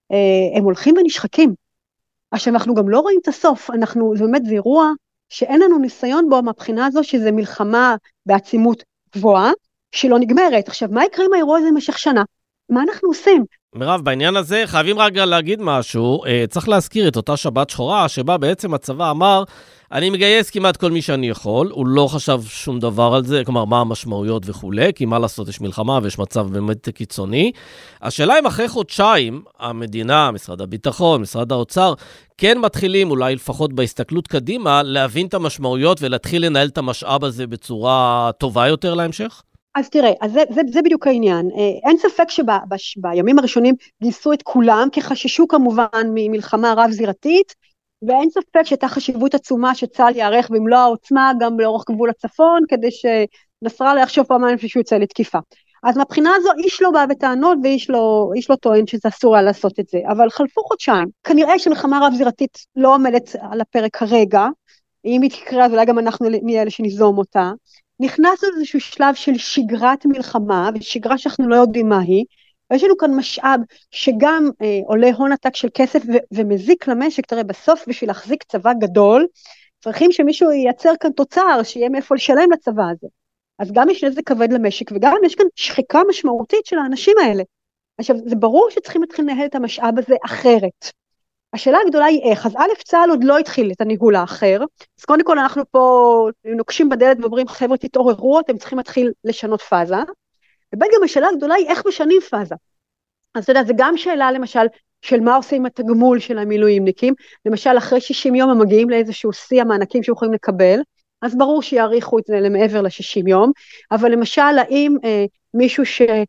הם הולכים ונשחקים. עכשיו אנחנו גם לא רואים את הסוף, אנחנו, זה באמת זה אירוע שאין לנו ניסיון בו מהבחינה הזו, שזה מלחמה בעצימות גבוהה, שלא נגמרת. עכשיו, מה יקרה עם האירוע הזה במשך שנה? מה אנחנו עושים? מירב, בעניין הזה חייבים רגע להגיד משהו, צריך להזכיר את אותה שבת שחורה, שבה בעצם הצבא אמר, אני מגייס כמעט כל מי שאני יכול, הוא לא חשב שום דבר על זה, כלומר מה המשמעויות וכו', כי מה לעשות, יש מלחמה ויש מצב באמת קיצוני. השאלה אם אחרי חודשיים, המדינה, משרד הביטחון, משרד האוצר, כן מתחילים, אולי לפחות בהסתכלות קדימה, להבין את המשמעויות ולהתחיל לנהל את המשאב הזה בצורה טובה יותר להמשך? אז תראה, אז זה, זה, זה בדיוק העניין. אין ספק שבימים הראשונים גייסו את כולם, כי חששו כמובן ממלחמה רב-זירתית, ואין ספק שהייתה חשיבות עצומה שצה"ל יערך במלוא העוצמה, גם לאורך גבול הצפון, כדי שנסראללה יחשוב פעמיים שהוא יוצא לתקיפה. אז מבחינה הזו איש לא בא בטענות, ואיש לא, איש לא טוען שזה אסור היה לעשות את זה. אבל חלפו חודשיים. כנראה שמלחמה רב-זירתית לא עומדת על הפרק כרגע, אם היא תקרה, אז אולי גם אנחנו נהיה אלה שניזום אותה. נכנסנו לאיזשהו שלב של שגרת מלחמה, ושגרה שאנחנו לא יודעים מה היא, ויש לנו כאן משאב שגם אה, עולה הון עתק של כסף ו- ומזיק למשק. תראה, בסוף בשביל להחזיק צבא גדול, צריכים שמישהו ייצר כאן תוצר, שיהיה מאיפה לשלם לצבא הזה. אז גם יש נזק כבד למשק, וגם יש כאן שחיקה משמעותית של האנשים האלה. עכשיו, זה ברור שצריכים להתחיל לנהל את המשאב הזה אחרת. השאלה הגדולה היא איך, אז א' צה"ל עוד לא התחיל את הניהול האחר, אז קודם כל אנחנו פה נוקשים בדלת ואומרים, חבר'ה תתעוררו, אתם צריכים להתחיל לשנות פאזה, ובית גם השאלה הגדולה היא איך משנים פאזה. אז אתה יודע, זה גם שאלה למשל, של מה עושים עם התגמול של המילואימניקים, למשל אחרי שישים יום הם מגיעים לאיזשהו שיא המענקים שיכולים לקבל, אז ברור שיעריכו את זה למעבר ל-שישים יום, אבל למשל האם אה, מישהו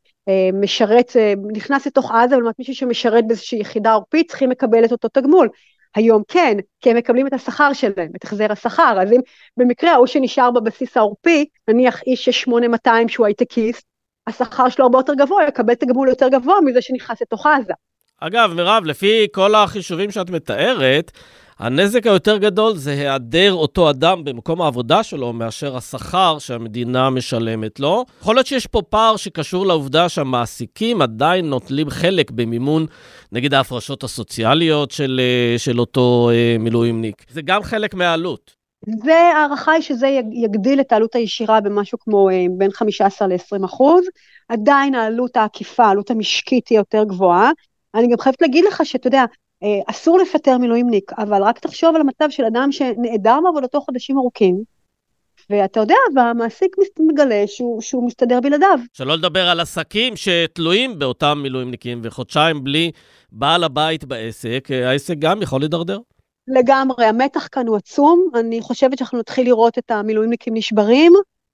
שמשרת, אה, נכנס לתוך עזה, אבל מישהו שמשרת באיזושהי יחידה עורפית, צריכים לקבל את אותו תגמול. היום כן, כי הם מקבלים את השכר שלהם, את החזר השכר, אז אם במקרה הוא שנשאר בבסיס העורפי, נניח איש של שמונה אלף מאתיים שהוא הייטקיסט, השכר שלו הרבה יותר גבוה, יקבל תגמול יותר גבוה מזה שנכנס לתוך עזה. אגב, מירב, לפי כל החישובים שאת מתארת, הנזק היותר גדול זה היעדר אותו אדם במקום העבודה שלו, מאשר השכר שהמדינה משלמת לו. יכול להיות שיש פה פער שקשור לעובדה שהמעסיקים עדיין נוטלים חלק במימון, נגיד ההפרשות הסוציאליות של, של אותו מילואימניק. זה גם חלק מהעלות. זה הערכה היא שזה יגדיל את העלות הישירה במשהו כמו בין חמישה עשר ל-עשרים אחוז, עדיין העלות העקיפה, העלות המשקית היא יותר גבוהה, אני גם חייבת להגיד לך שאתה יודע, אסור לפטר מילואימניק, אבל רק תחשוב על המצב של אדם שנעדר מעבודתו חודשים ארוכים, ואתה יודע, והמעסיק מגלה שהוא, שהוא מסתדר בלעדיו. שלא לדבר על עסקים שתלויים באותם מילואימניקים, וחודשיים בלי בעל הבית בעסק, העסק גם יכול לדרדר. לגמרי, המתח כאן הוא עצום, אני חושבת שאנחנו נתחיל לראות את המילואימניקים נשברים,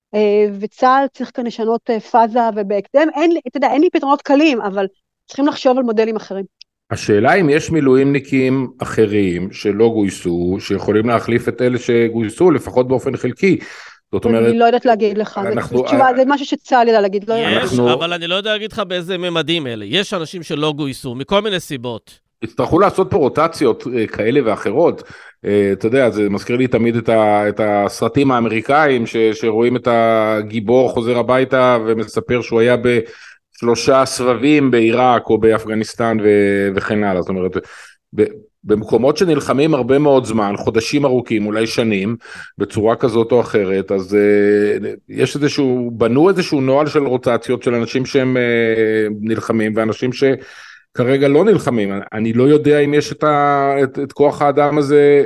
וצה"ל צריך כאן לשנות פאזה ובהקדם, אין, אתה יודע, אין לי פתרונות קלים, אבל צריכים לחשוב על מודלים אחרים. השאלה אם יש מילואימניקים אחרים שלא גויסו, שיכולים להחליף את אלה שגויסו, לפחות באופן חלקי. זאת אומרת... אני לא יודעת להגיד לך, אנחנו... זה, תשובה, זה משהו שצה"ל ידע להגיד. לא יש, אנחנו... אבל אני לא יודע להגיד לך באיזה ממדים אלה. יש אנשים שלא גויסו, מכל מיני סיבות. יצטרכו לעשות פה רוטציות כאלה ואחרות. אתה יודע, זה מזכיר לי תמיד את, ה, את הסרטים האמריקאים, ש, שרואים את הגיבור חוזר הביתה, ומספר שהוא היה ב... שלושה סבבים בעיראק או באפגניסטן ו- וכן הלאה, זאת אומרת, ב- במקומות שנלחמים הרבה מאוד זמן, חודשים ארוכים, אולי שנים, בצורה כזאת או אחרת, אז uh, יש איזשהו, בנו איזשהו נוהל של רוטציות של אנשים שהם uh, נלחמים, ואנשים שכרגע לא נלחמים, אני לא יודע אם יש את, ה- את, את כוח האדם הזה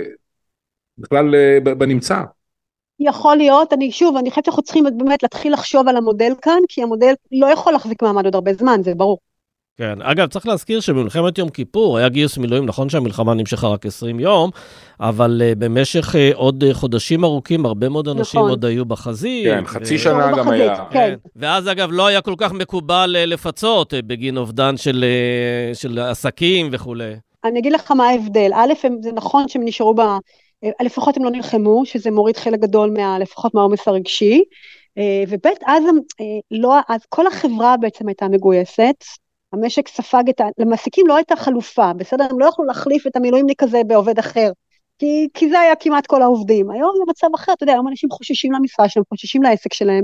בכלל uh, בנמצא. יכול להיות, אני שוב, אני חושבת שאנחנו צריכים באמת להתחיל לחשוב על המודל כאן, כי המודל לא יכול להחזיק מעמד עוד הרבה זמן, זה ברור. כן, אגב, צריך להזכיר שבמלחמת יום כיפור היה גיוס מילואים, נכון שהמלחמה נמשכה רק עשרים יום, אבל uh, במשך uh, עוד uh, חודשים ארוכים, הרבה מאוד אנשים נכון. עוד היו בחזית. כן, חצי ו... שנה גם בחזית, היה. כן. כן. ואז אגב, לא היה כל כך מקובל uh, לפצות uh, בגין אובדן של, uh, של עסקים וכו'. אני אגיד לך מה ההבדל. א', זה נכון שהם נשארו ב... לפחות הם לא נלחמו, שזה מוריד חלק גדול מה, לפחות מהעומס הרגשי, וב' אז, לא, אז כל החברה בעצם הייתה מגויסת, המשק ספג את ה... למעסיקים לא הייתה חלופה, בסדר? הם לא יכלו להחליף את המילואימניק הזה בעובד אחר, כי, כי זה היה כמעט כל העובדים. היום זה מצב אחר, אתה יודע, היום אנשים חוששים למשרה שלהם, חוששים לעסק שלהם,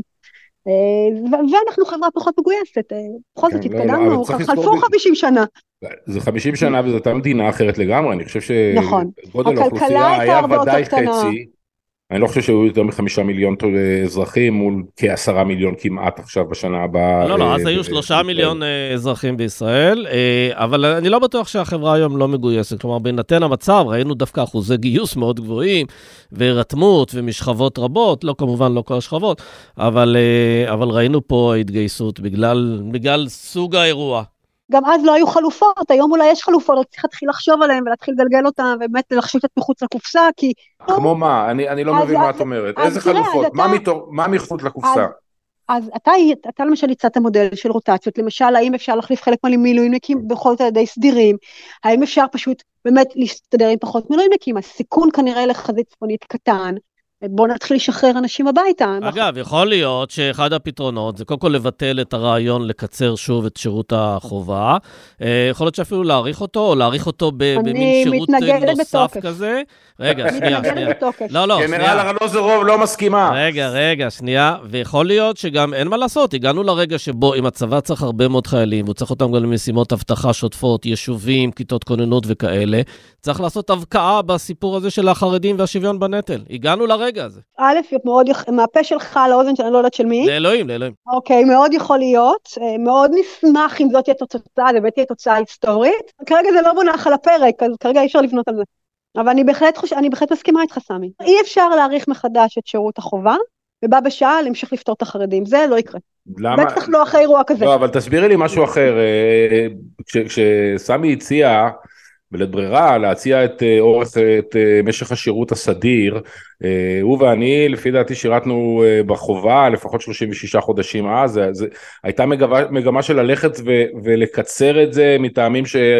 ואנחנו חברה פחות מגויסת, בכל זאת התקדמנו, חלפו חמישים שנה. זה חמישים שנה וזו אותה מדינה אחרת לגמרי, אני חושב שגודל האוכלוסייה היה ודאי חצי, אני לא חושב שהיו יותר מחמישה מיליון אזרחים מול כעשרה מיליון כמעט עכשיו בשנה הבאה. לא, לא, אז היו שלושה מיליון אזרחים בישראל, אבל אני לא בטוח שהחברה היום לא מגויסת, כלומר בהינתן המצב ראינו דווקא אחוזי גיוס מאוד גבוהים, ורתמות ומשכבות רבות, לא כמובן לא כל השכבות, אבל, אבל ראינו פה התגייסות בגלל, בגלל סוג האירוע. גם אז לא היו חלופות, היום אולי יש חלופות, צריך להתחיל לחשוב עליהן ולהתחיל לגלגל אותן, ובאמת לחשוב את מחוץ לקופסה, כי... כמו מה? אני, אני לא מבין מה את אומרת. איזה חלופות? מה מחוץ לקופסה? אז אתה, אתה למשל הצעת מודל של רוטציות, למשל, האם אפשר להחליף חלק מהמילואימניקים בכל זאת על ידי סדירים, האם אפשר פשוט באמת להסתדר עם פחות מילואימניקים, הסיכון כנראה לחזית צפונית קטן, בואו נתחיל לשחרר אנשים הביתה. אגב, יכול להיות שאחד הפתרונות זה קודם כל לבטל את הרעיון לקצר שוב את שירות החובה. יכול להיות שאפילו להאריך אותו, או להאריך אותו במין שירות נוסף כזה. רגע, שנייה, שנייה. לא, לא, שנייה. גנרל ארלוזורוב לא מסכימה. רגע, רגע, שנייה. ויכול להיות שגם אין מה לעשות. הגענו לרגע שבו אם הצבא צריך הרבה מאוד חיילים, והוא צריך אותם גם למשימות הבטחה שוטפות, יישובים, כיתות כוננות וכאלה, צריך לעשות הבקעה בסיפור הזה של החרדים והשוויון בנטל. הגענו לרגע הזה. א', מאוד, מהפה שלך לאוזן שאני לא יודעת של מי. לאלוהים, לאלוהים. אוקיי, מאוד יכול להיות. מאוד נשמח אם זאת תהיה תוצאה, זה באמת תהיה תוצאה היסטורית. כרגע זה לא מונח על הפרק, אז כרגע אי אפשר לבנות על זה. אבל אני בהחלט חוש... אני בהחלט מסכימה איתך, סמי. אי אפשר להאריך מחדש את שירות החובה, ובא בשעה להמשיך לפתור את החרדים. זה לא יקרה. למה? בטח לא אחרי אירוע כזה. לא, אבל תסבירי לי משהו אחר. כש... כשסמי הציע... בלית ברירה, להציע את אורך, את משך השירות הסדיר, הוא ואני, לפי דעתי, שירתנו בחובה, לפחות שלושים ושישה חודשים אז, זה, זה, הייתה מגמה, מגמה של ללכת ו, ולקצר את זה, מטעמים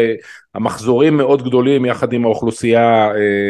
שהמחזורים מאוד גדולים, יחד עם האוכלוסייה,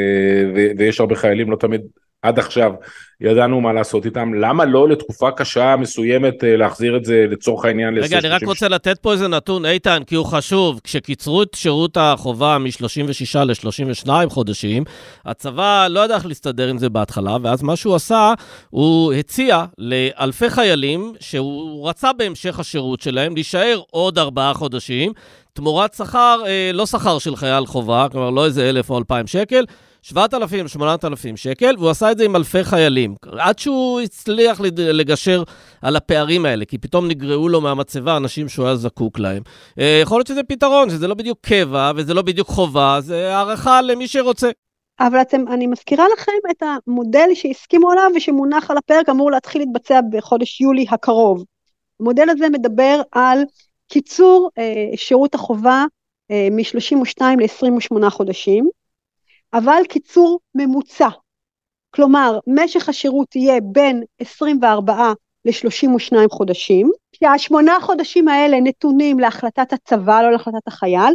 ו, ויש הרבה חיילים, לא תמיד עד עכשיו, ידענו מה לעשות איתם, למה לא לתקופה קשה מסוימת להחזיר את זה לצורך העניין? רגע, אני רק רוצה לתת פה איזה נתון, איתן, כי הוא חשוב, כשקיצרו את שירות החובה מ-שלושים ושישה ל-שלושים ושניים חודשים, הצבא לא ידע איך להסתדר עם זה בהתחלה, ואז מה שהוא עשה, הוא הציע לאלפי חיילים, שהוא רצה בהמשך השירות שלהם, להישאר עוד ארבעה חודשים, תמורת שכר, לא שכר של חייל חובה, כלומר לא איזה אלף או אלפיים שקל, שבעת אלפים, שמונת אלפים שקל, והוא עשה את זה עם אלפי חיילים, עד שהוא הצליח לגשר על הפערים האלה, כי פתאום נגרעו לו מהמצבה אנשים שהוא היה זקוק להם. יכול להיות שזה פתרון, שזה לא בדיוק קבע, וזה לא בדיוק חובה, זה הערכה למי שרוצה. אבל אתם, אני מזכירה לכם את המודל שהסכימו עליו, ושמונח על הפרק אמור להתחיל להתבצע בחודש יולי הקרוב. המודל הזה מדבר על קיצור אה, שירות החובה אה, מ-שלושים ושתיים ל-עשרים ושמונה חודשים, אבל קיצור ממוצע. כלומר, משך השירות יהיה בין עשרים וארבעה ל-שלושים ושניים חודשים, שהשמונה חודשים האלה נתונים להחלטת הצבא, לא להחלטת החייל,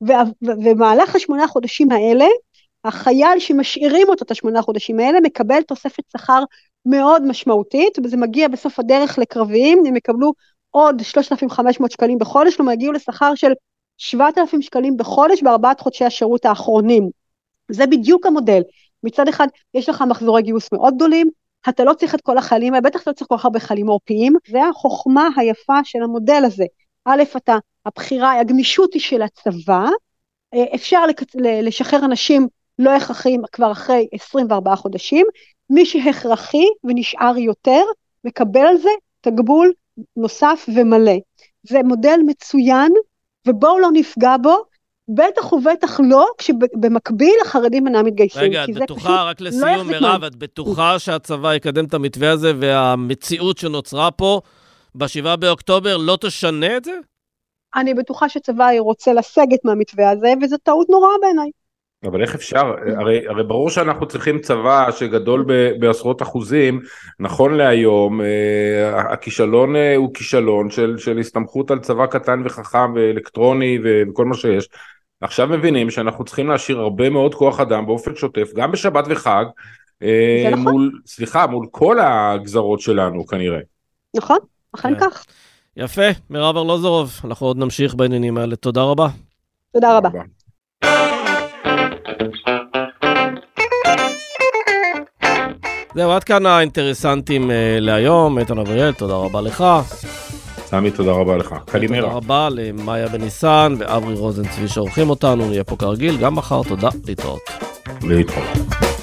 ומהלך השמונה חודשים האלה, החייל שמשאירים אותו את השמונה חודשים האלה, מקבל תוספת שכר מאוד משמעותית, וזה מגיע בסוף הדרך לקרביים, הם יקבלו עוד שלושת אלפים וחמש מאות שקלים בחודש, כלומר הגיעו לשכר של שבעת אלפים שקלים בחודש, בארבעת חודשי השירות האחרונים. זה בדיוק המודל. מצד אחד, יש לך מחזורי גיוס מאוד גדולים, אתה לא צריך את כל החיילים, בטח לא צריך כל כך הרבה חיילים עורפיים, זה החוכמה היפה של המודל הזה. א', אתה, הבחירה, הגמישות היא של הצבא, אפשר לשחרר אנשים לא הכרחיים כבר אחרי עשרים וארבעה חודשים, מי שהכרחי ונשאר יותר, מקבל על זה תגמול נוסף ומלא. זה מודל מצוין, ובואו לא נפגע בו, בטח ובטח לא, כשבמקביל החרדים אינם מתגייסים. רגע, את בטוחה, רק לסיום, מירב, את בטוחה שהצבא יקדם את המתווה הזה, והמציאות שנוצרה פה בשבעה באוקטובר לא תשנה את זה? אני בטוחה שצבא רוצה לסגת מהמתווה הזה, וזו טעות נורא בעיניי. אבל איך אפשר? הרי, הרי ברור שאנחנו צריכים צבא שגדול ב, בעשרות אחוזים, נכון להיום, הכישלון הוא כישלון של, של הסתמכות על צבא קטן וחכם ואלקטרוני וכל מה שיש. עכשיו מבינים שאנחנו צריכים להשאיר הרבה מאוד כוח אדם באופן שוטף, גם בשבת וחג, מול, נכון. סליחה, מול כל הגזרות שלנו כנראה. נכון, אכן כך. יפה, מירב ארלוזורוב, אנחנו עוד נמשיך בעניינים האלה. תודה רבה. תודה רבה. זהו, עד כאן האינטרסנטים להיום. איתן אבריאל, תודה רבה לך. סמי, תודה רבה לך. קלימרה. תודה רבה למאיה בניסן ואברי רוזנצבי שעורכים אותנו. נהיה פה כרגיל, גם מחר. תודה, להתראות. להתראות.